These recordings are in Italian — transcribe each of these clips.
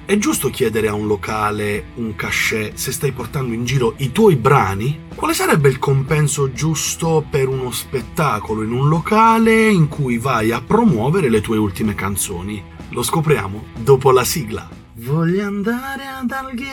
È giusto chiedere a un locale un cachet se stai portando in giro i tuoi brani? Quale sarebbe il compenso giusto per uno spettacolo in un locale in cui vai a promuovere le tue ultime canzoni? Lo scopriamo dopo la sigla. Voglio andare ad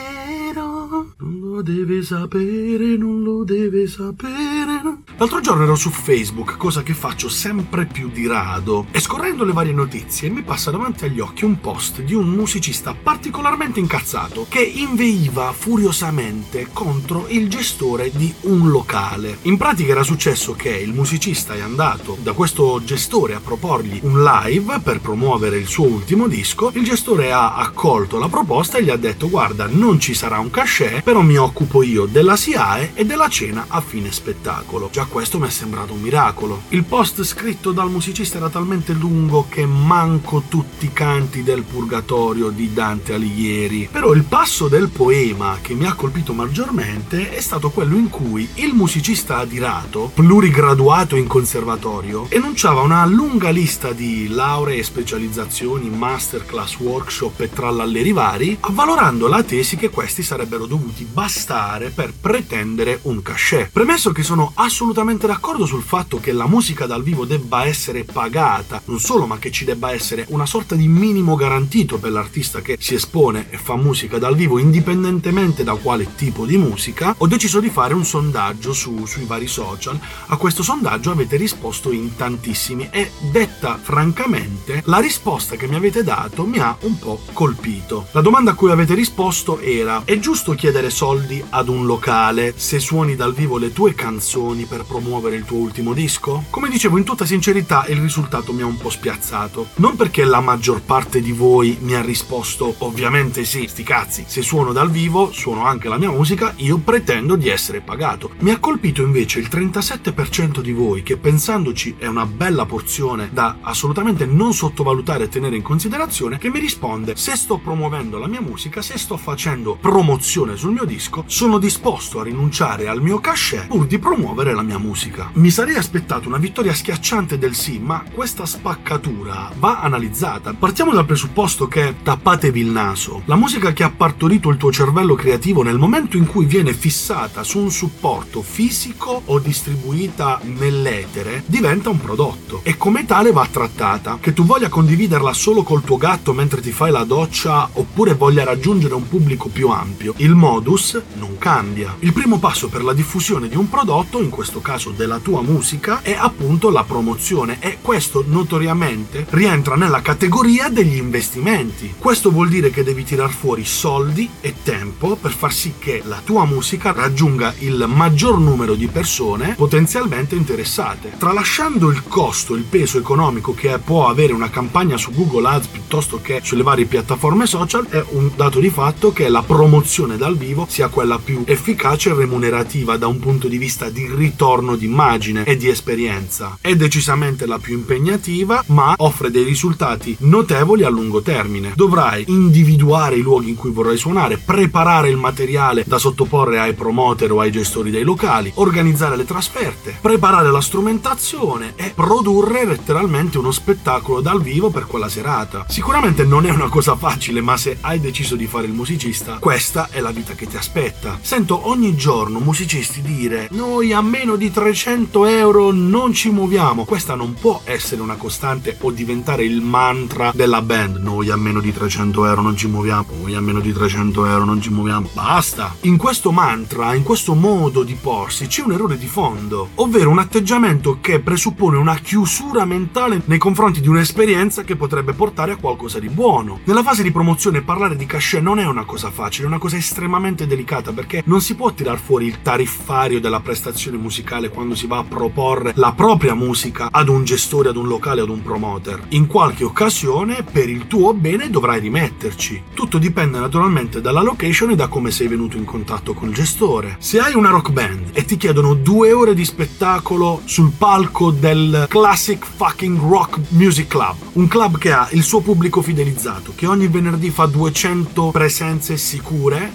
Alghero, non lo deve sapere, non lo deve sapere. L'altro giorno ero su Facebook, cosa che faccio sempre più di rado, e scorrendo le varie notizie mi passa davanti agli occhi un post di un musicista particolarmente incazzato che inveiva furiosamente contro il gestore di un locale. In pratica era successo che il musicista è andato da questo gestore a proporgli un live per promuovere il suo ultimo disco. Il gestore ha accolto la proposta e gli ha detto: guarda, non ci sarà un cachet, però mi occupo io della SIAE e della cena a fine spettacolo. Già questo mi è sembrato un miracolo. Il post scritto dal musicista era talmente lungo che manco tutti i canti del purgatorio di Dante Alighieri. Però il passo del poema che mi ha colpito maggiormente è stato quello in cui il musicista adirato, plurigraduato in conservatorio, enunciava una lunga lista di lauree, specializzazioni, masterclass, workshop e trallalleri vari, avvalorando la tesi che questi sarebbero dovuti bastare per pretendere un cachet. Premesso che sono assolutamente d'accordo sul fatto che la musica dal vivo debba essere pagata, non solo, ma che ci debba essere una sorta di minimo garantito per l'artista che si espone e fa musica dal vivo indipendentemente da quale tipo di musica, ho deciso di fare un sondaggio sui vari social. A questo sondaggio avete risposto in tantissimi e, detta francamente, la risposta che mi avete dato mi ha un po' colpito. La domanda a cui avete risposto era: è giusto chiedere soldi ad un locale se suoni dal vivo le tue canzoni per promuovere il tuo ultimo disco? Come dicevo, in tutta sincerità il risultato mi ha un po' spiazzato. Non perché la maggior parte di voi mi ha risposto ovviamente sì, sti cazzi, se suono dal vivo, suono anche la mia musica, io pretendo di essere pagato. Mi ha colpito invece il 37% di voi che, pensandoci, è una bella porzione da assolutamente non sottovalutare e tenere in considerazione, che mi risponde: se sto promuovendo la mia musica, se sto facendo promozione sul mio disco, sono disposto a rinunciare al mio cachet pur di promuovere la mia musica. Mi sarei aspettato una vittoria schiacciante del sì, ma questa spaccatura va analizzata. Partiamo dal presupposto che, tappatevi il naso, la musica che ha partorito il tuo cervello creativo nel momento in cui viene fissata su un supporto fisico o distribuita nell'etere diventa un prodotto e come tale va trattata. Che tu voglia condividerla solo col tuo gatto mentre ti fai la doccia oppure voglia raggiungere un pubblico più ampio, il modus non cambia. Il primo passo per la diffusione di un prodotto, in questo caso della tua musica, è appunto la promozione, e questo notoriamente rientra nella categoria degli investimenti. Questo vuol dire che devi tirar fuori soldi e tempo per far sì che la tua musica raggiunga il maggior numero di persone potenzialmente interessate. Tralasciando il costo, il peso economico che può avere una campagna su Google Ads piuttosto che sulle varie piattaforme social, è un dato di fatto che la promozione dal vivo sia quella più efficace e remunerativa da un punto di vista di ritorno d'immagine e di esperienza. È decisamente la più impegnativa, ma offre dei risultati notevoli a lungo termine. Dovrai individuare i luoghi in cui vorrai suonare, preparare il materiale da sottoporre ai promoter o ai gestori dei locali, organizzare le trasferte, preparare la strumentazione e produrre letteralmente uno spettacolo dal vivo per quella serata. Sicuramente non è una cosa facile, ma se hai deciso di fare il musicista, questa è la vita che ti aspetta. Sento ogni giorno musicisti dire: noi a meno di 300 euro non ci muoviamo. Questa non può essere una costante o diventare il mantra della band: noi a meno di 300 euro non ci muoviamo, noi a meno di 300 euro non ci muoviamo. Basta! In questo mantra, in questo modo di porsi, c'è un errore di fondo, ovvero un atteggiamento che presuppone una chiusura mentale nei confronti di un'esperienza che potrebbe portare a qualcosa di buono. Nella fase di promozione parlare di cachet non è una cosa facile, è una cosa estremamente delicata, perché non si può tirar fuori il tariffario della prestazione musicale quando si va a proporre la propria musica ad un gestore, ad un locale, ad un promoter. In qualche occasione, per il tuo bene, dovrai rimetterci. Tutto dipende naturalmente dalla location e da come sei venuto in contatto con il gestore. Se hai una rock band e ti chiedono 2 ore di spettacolo sul palco del Classic Fucking Rock Music Club, un club che ha il suo pubblico fidelizzato, che ogni venerdì fa 200 presenze sicure,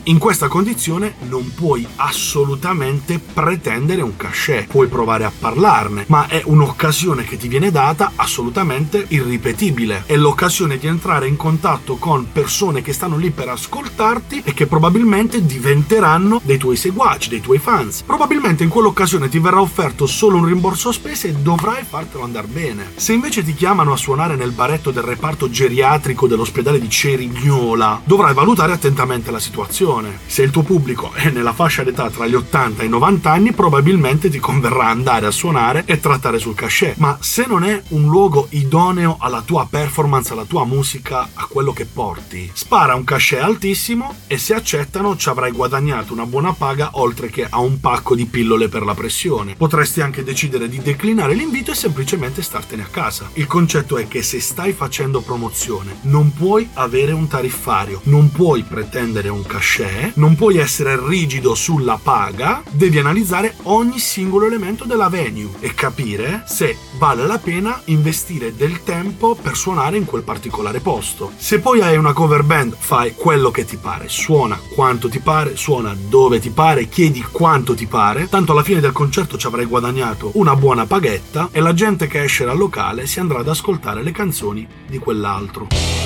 In questa condizione non puoi assolutamente pretendere un cachet, puoi provare a parlarne, ma è un'occasione che ti viene data assolutamente irripetibile. È l'occasione di entrare in contatto con persone che stanno lì per ascoltarti e che probabilmente diventeranno dei tuoi seguaci, dei tuoi fans. Probabilmente in quell'occasione ti verrà offerto solo un rimborso spese e dovrai fartelo andare bene. Se invece ti chiamano a suonare nel baretto del reparto geriatrico dell'ospedale di Cerignola, dovrai valutare attentamente la situazione. Se il tuo pubblico è nella fascia d'età tra gli 80 e i 90 anni, probabilmente ti converrà andare a suonare e trattare sul cachet. Ma se non è un luogo idoneo alla tua performance, alla tua musica, a quello che porti, spara un cachet altissimo e se accettano ci avrai guadagnato una buona paga oltre che a un pacco di pillole per la pressione. Potresti anche decidere di declinare l'invito e semplicemente startene a casa. Il concetto è che se stai facendo promozione non puoi avere un tariffario, non puoi pretendere un cachet, non puoi essere rigido sulla paga, devi analizzare ogni singolo elemento della venue e capire se vale la pena investire del tempo per suonare in quel particolare posto. Se poi hai una cover band, fai quello che ti pare, suona quanto ti pare, suona dove ti pare, chiedi quanto ti pare, tanto alla fine del concerto ci avrai guadagnato una buona paghetta e la gente che esce dal locale si andrà ad ascoltare le canzoni di quell'altro.